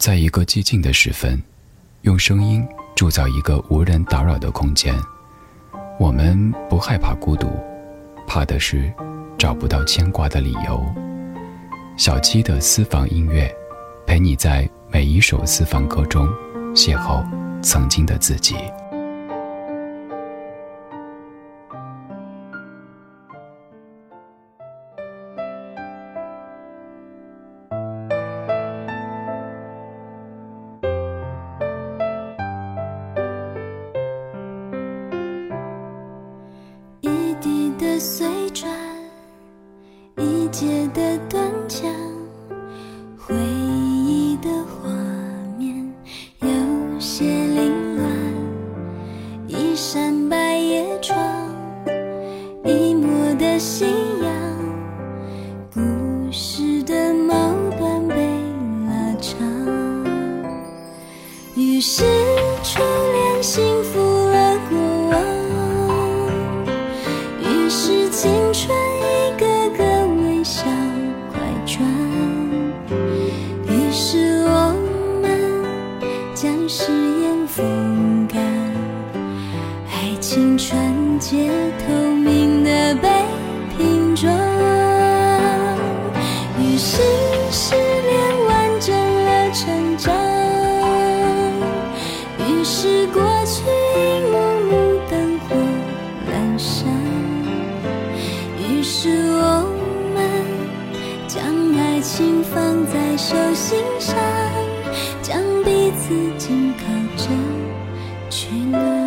在一个寂静的时分，用声音铸造一个无人打扰的空间。我们不害怕孤独，怕的是找不到牵挂的理由。小七的私房音乐，陪你在每一首私房歌中邂逅曾经的自己。 碎砖，一街的断墙，回忆的画面有些凌乱，一扇百叶窗，一抹的夕阳，故事的某段被拉长，于是初恋幸福了过往，是青春一个个微笑快转，于是我们将誓言风干，爱情纯洁透明的被拼装，于是失恋完整了成长，于是过去一幕幕灯火阑珊，于是我们将爱情放在手心上，将彼此紧靠着取暖。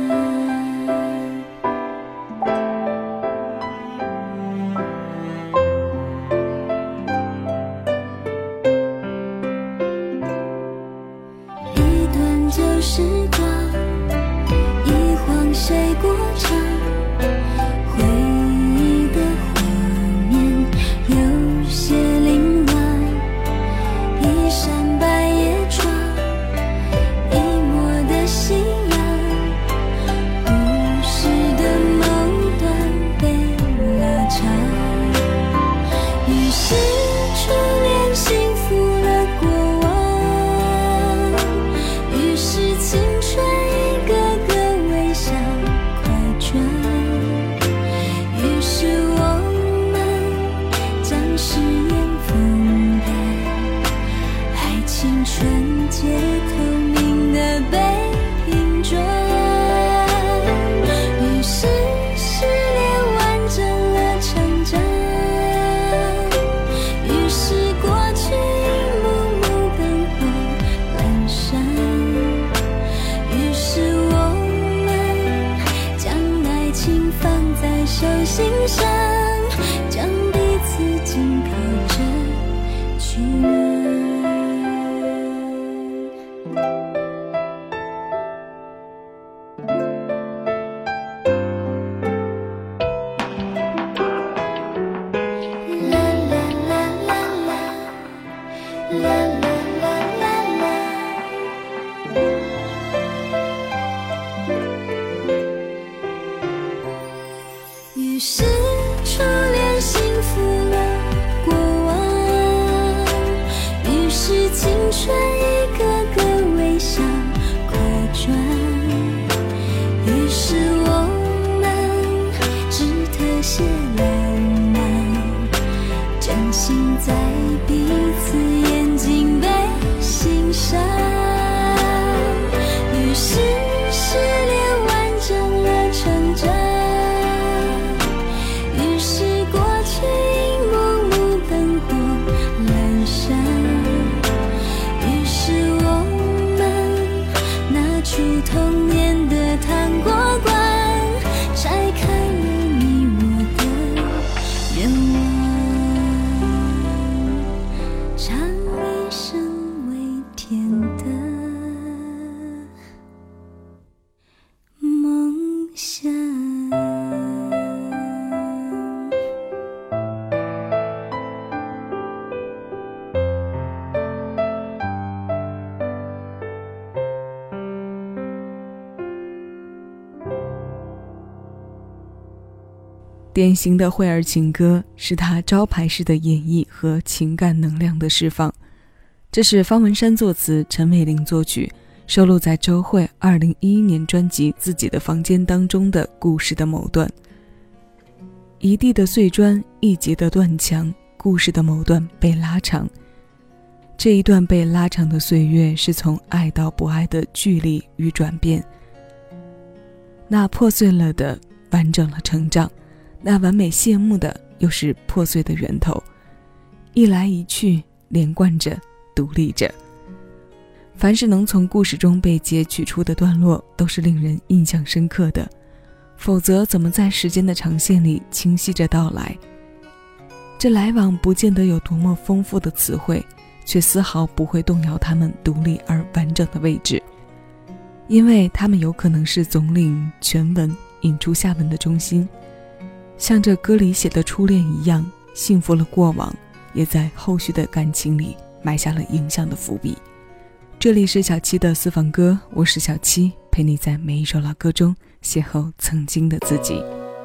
一段旧时光，一晃谁过场，回忆的画面有些凌乱，一扇百叶窗，一抹的夕阳，故事的某段被拉长，于是初恋幸福了过往，于是青春一个个微笑快转，于是我们将誓言风干，爱情纯洁透明的被拼装，于是失恋完整了成长，于是过去一幕幕灯火阑珊，于是我们将爱情放在手心上，将彼此紧靠着取暖。啦啦啦啦啦，啦啦啦啦啦。于是初恋幸福了过往，于是青春一个个微笑快转，于是我们只特写浪漫，真心在彼此眼睛被欣赏，于是失恋完整了成长，于是过去一幕幕灯火阑珊，于是我们拿出童年的糖果罐，拆开了你我的愿望，唱一声微甜的梦想。 典型的惠儿情歌是他招牌式的演绎和情感能量的释放， 这是方文山作词，陈美玲作曲，收录在周蕙2011年专辑《自己的房间》当中的故事的某段。一地的碎砖，一截的断墙，故事的某段被拉长。这一段被拉长的岁月，是从爱到不爱的距离与转变。那破碎了的完整了成长，那完美谢幕的又是破碎的源头，一来一去，连贯着，独立着。凡是能从故事中被截取出的段落，都是令人印象深刻的，否则怎么在时间的长线里清晰着到来？这来往不见得有多么丰富的词汇，却丝毫不会动摇它们独立而完整的位置，因为它们有可能是总领全文引出下文的中心，像这歌里写的初恋一样，幸福了过往，也在后续的感情里埋下了影响的伏笔。这里是小七的私房歌，我是小七，陪你在每一首老歌中邂逅曾经的自己。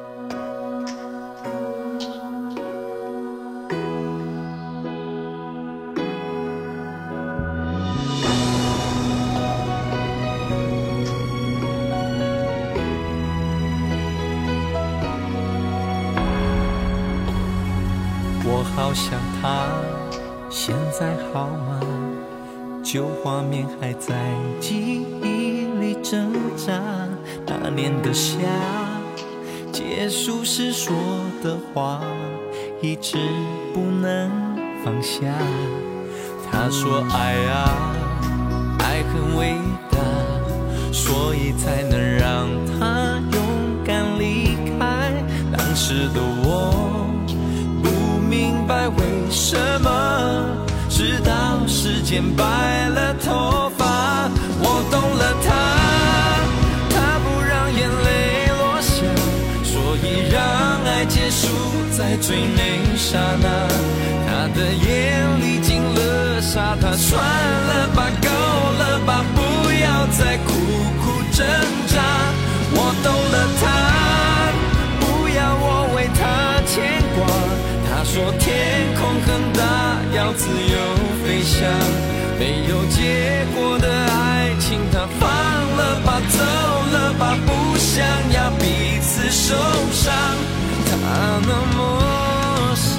我好想他，现在好吗？旧画面还在记忆里挣扎，那年的夏，结束时说的话，一直不能放下。他说爱啊，爱很伟大，所以才能让他勇敢离开。当时的我不明白为什么，直到时间白了头发，我懂了他不让眼泪落下，所以让爱结束在最美刹那。他的眼里进了沙，他算了吧，够了吧，不要再苦苦挣扎。我懂了他，不要我为他牵挂。他说天空很大，要自由飞翔，没有结果的爱情他放了吧，走了吧，不想要彼此受伤。他那么傻，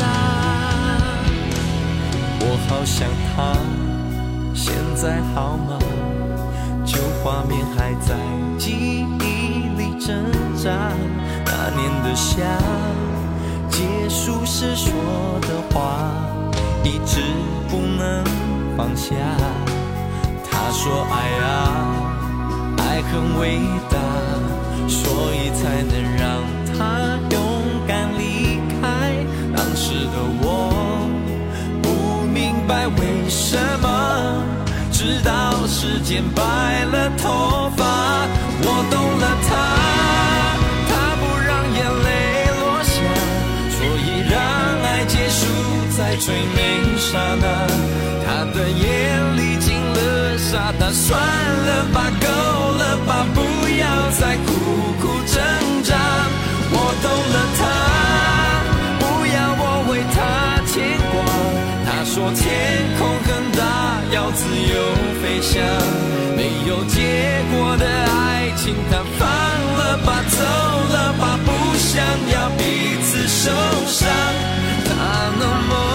我好想他，现在好吗？旧画面还在记忆里挣扎，那年的夏，结束时说的话，一直不能放下。他说爱啊，爱很伟大，所以才能让他勇敢离开。当时的我不明白为什么，直到时间白了头发，我懂了他不让眼泪落下，所以让爱结束在最美刹那。他的眼里进了沙，他算了吧，够了吧，不要再苦苦挣扎。我懂了他，不要我为他牵挂。他说天空很大，要自由飞翔，没有结果的爱情他放了吧，走了吧，不想要彼此受伤。他那么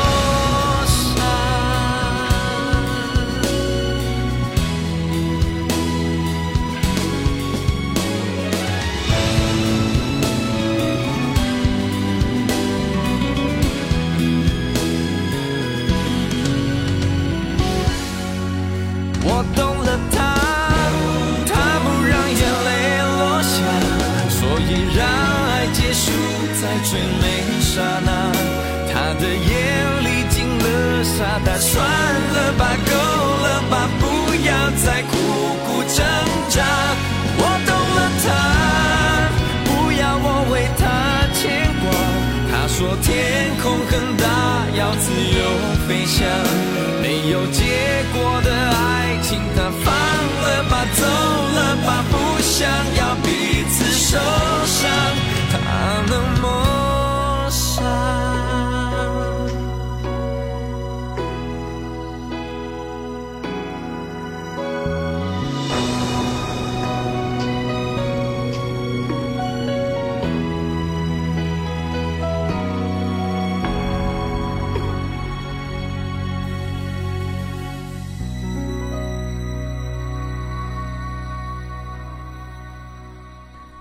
我懂了他不让眼泪落下，所以让爱结束在最美刹那。他的眼里进了沙，他算了吧，够了吧，不要再苦苦挣扎。我懂了他，不要我为他牵挂。他说天空很大，要自由飞翔，没有结果的爱情他放了吧，走了吧，不想要彼此受伤。他那么傻。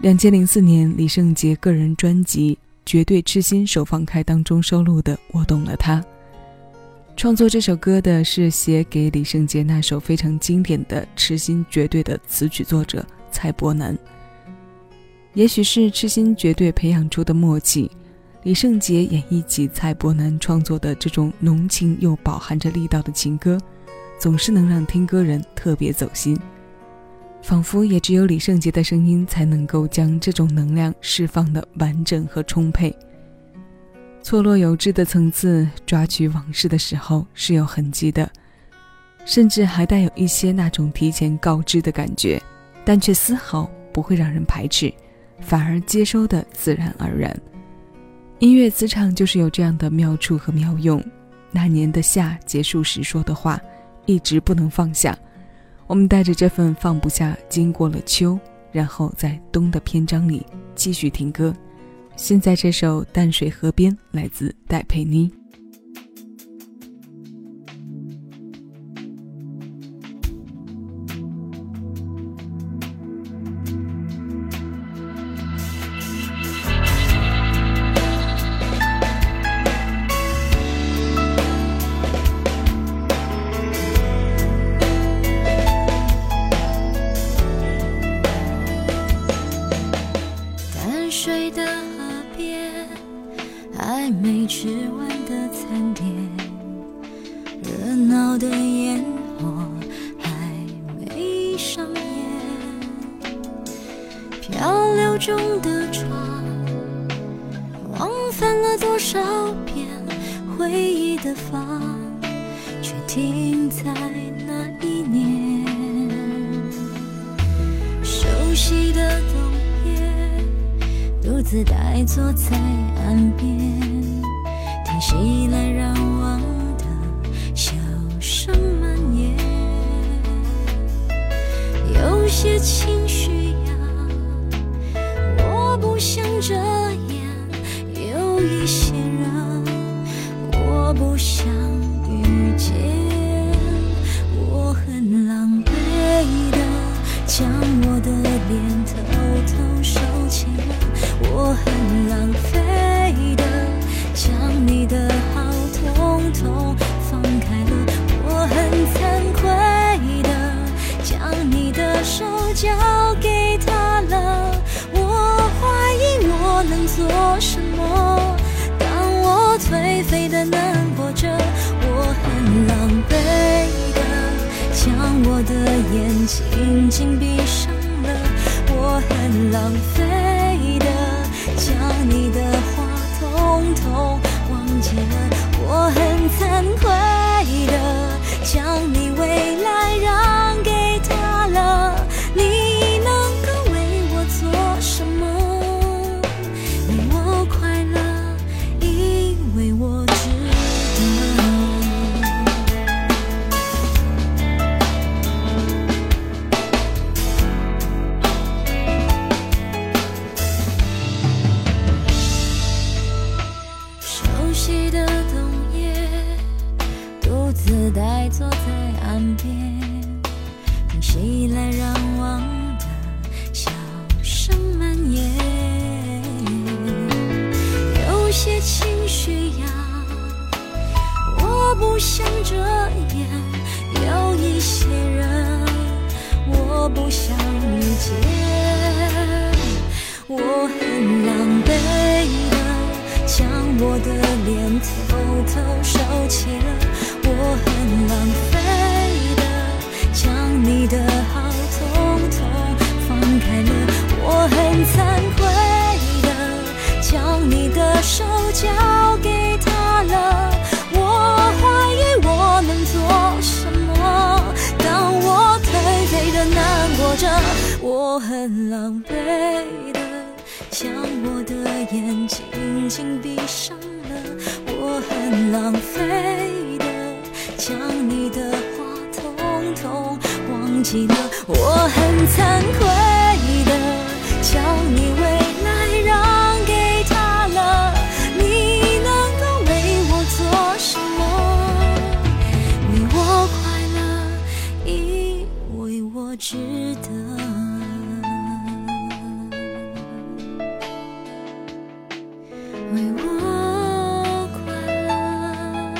2004年李圣杰个人专辑《绝对痴心手放开》当中收录的《我懂了他》。创作这首歌的是写给李圣杰那首非常经典的《痴心绝对》的词曲作者蔡伯南。也许是痴心绝对培养出的默契，李圣杰演绎起蔡伯南创作的这种浓情又饱含着力道的情歌，总是能让听歌人特别走心，仿佛也只有李圣杰的声音才能够将这种能量释放的完整和充沛。错落有致的层次，抓取往事的时候是有痕迹的，甚至还带有一些那种提前告知的感觉，但却丝毫不会让人排斥，反而接收的自然而然。音乐磁场就是有这样的妙处和妙用。那年的夏结束时说的话，一直不能放下。我们带着这份放不下，经过了秋，然后在冬的篇章里继续听歌。现在这首《淡水河边》来自戴佩妮。 水的河边，还没吃完的餐点，热闹的烟火还没上演，漂流中的船往返了多少遍，回忆的帆却停在那一年，熟悉的冬独自呆坐在岸边，听熙来攘往的笑声蔓延，有些情绪呀，我不想遮掩，有一些人我不想遇见，我很狼狈的将我的脸偷偷收起了，我很浪费的将你的好统统放开了，我很惭愧的将你的手交给他了，我怀疑我能做什么，当我颓废的难过着，我很狼狈的将我的眼睛紧闭上了，我很浪费的将你的话统统忘记了，我很惭愧的将你未来让给他了，你能够为我做什么？你我快乐，因为我值得。熟悉的冬夜，独自呆坐在岸边，听熙来攘往的笑声蔓延，有些情绪呀，我不想遮掩，有一些人我不想遇见，我很狼狈的将我的脸偷偷收起了，我很浪费的将你的好统统放开了，我很惭愧的将你的手交给他了，我怀疑我能做什么，当我颓废的难过着，我很狼狈的将我的眼睛紧闭上了，我很浪费的将你的话统统忘记了，我很惭愧的将你未来让给他了，你能够为我做什么？你我快乐，因为我值得。 为我快乐。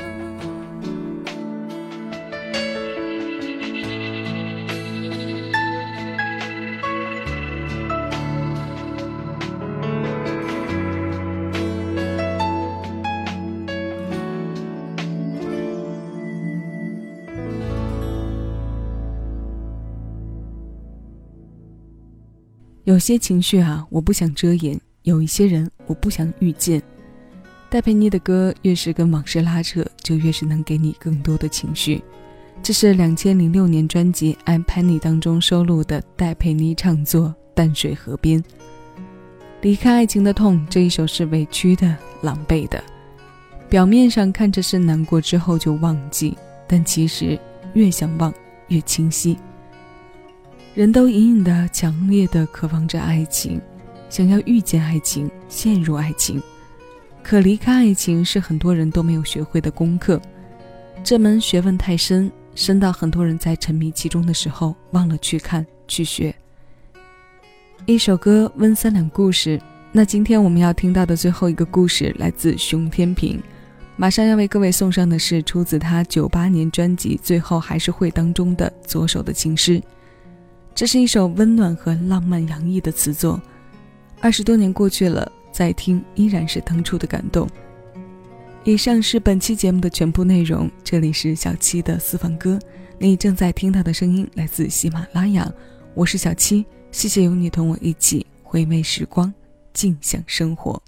有些情绪啊，我不想遮掩；有一些人，我不想遇见。戴佩妮的歌越是跟往事拉扯，就越是能给你更多的情绪。这是2006年专辑《I'm Penny》当中收录的戴佩妮唱作《淡水河边》。离开爱情的痛，这一首是委屈的、狼狈的。表面上看着是难过之后就忘记，但其实越想忘越清晰。人都隐隐的、强烈的渴望着爱情，想要遇见爱情，陷入爱情。可离开爱情是很多人都没有学会的功课，这门学问太深，深到很多人在沉迷其中的时候忘了去看、去学。一首歌温三两故事，那今天我们要听到的最后一个故事来自熊天平，马上要为各位送上的是出自他98年专辑《最后还是会》当中的左手的情诗。这是一首温暖和浪漫洋溢的词作，20多年过去了，再听依然是当初的感动。以上是本期节目的全部内容，这里是小七的私房歌，你正在听到的声音来自喜马拉雅，我是小七，谢谢有你同我一起回味时光，静享生活。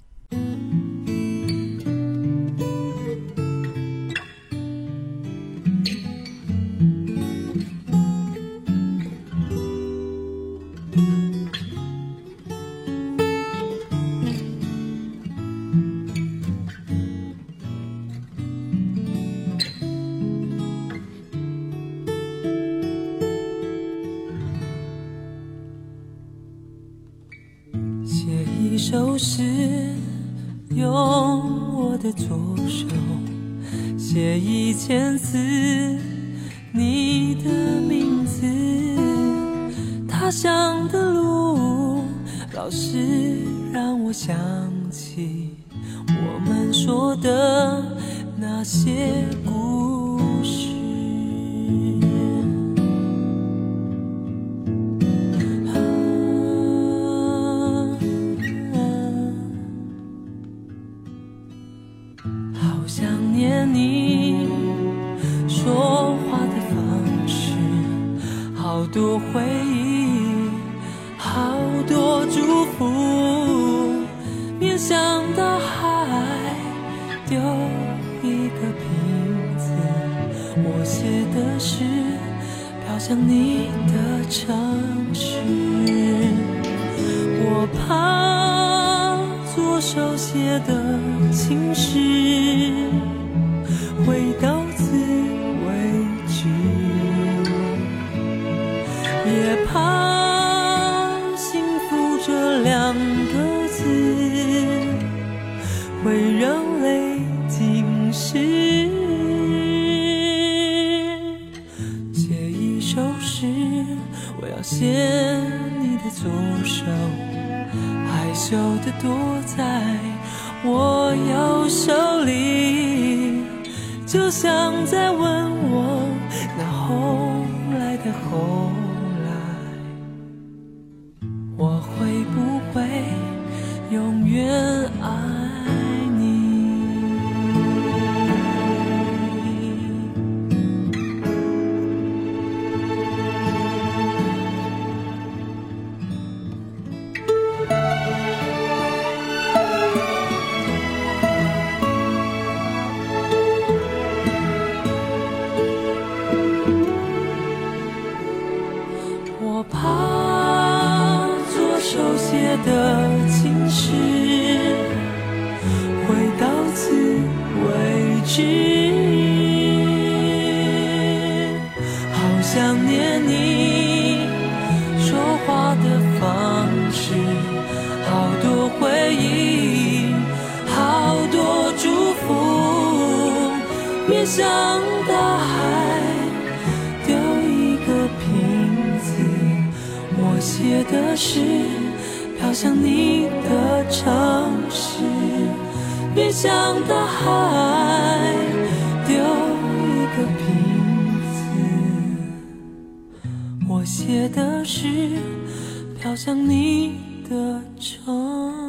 一首诗，用我的左手写一千字，你的名字。他乡的路，老是让我想起我们说的那些故事。好想念你说话的方式，好多回忆，好多祝福，面向大海丢一个瓶子，我写的诗飘向你的城市。我怕左手写的情诗会到此为止，也怕幸福这两个字会让泪浸湿。写一首诗，我要写你的左手，害羞地躲在我右手里，就像在问我那后来的后来，我会不会永远爱你。我怕左手写的情诗会到此为止，好想念你说话的方式，好多回忆，好多祝福，面向大海丢一个瓶子，我写的诗飘向你的城市。 别向大海丢一个瓶子。我写的诗飘向你的城。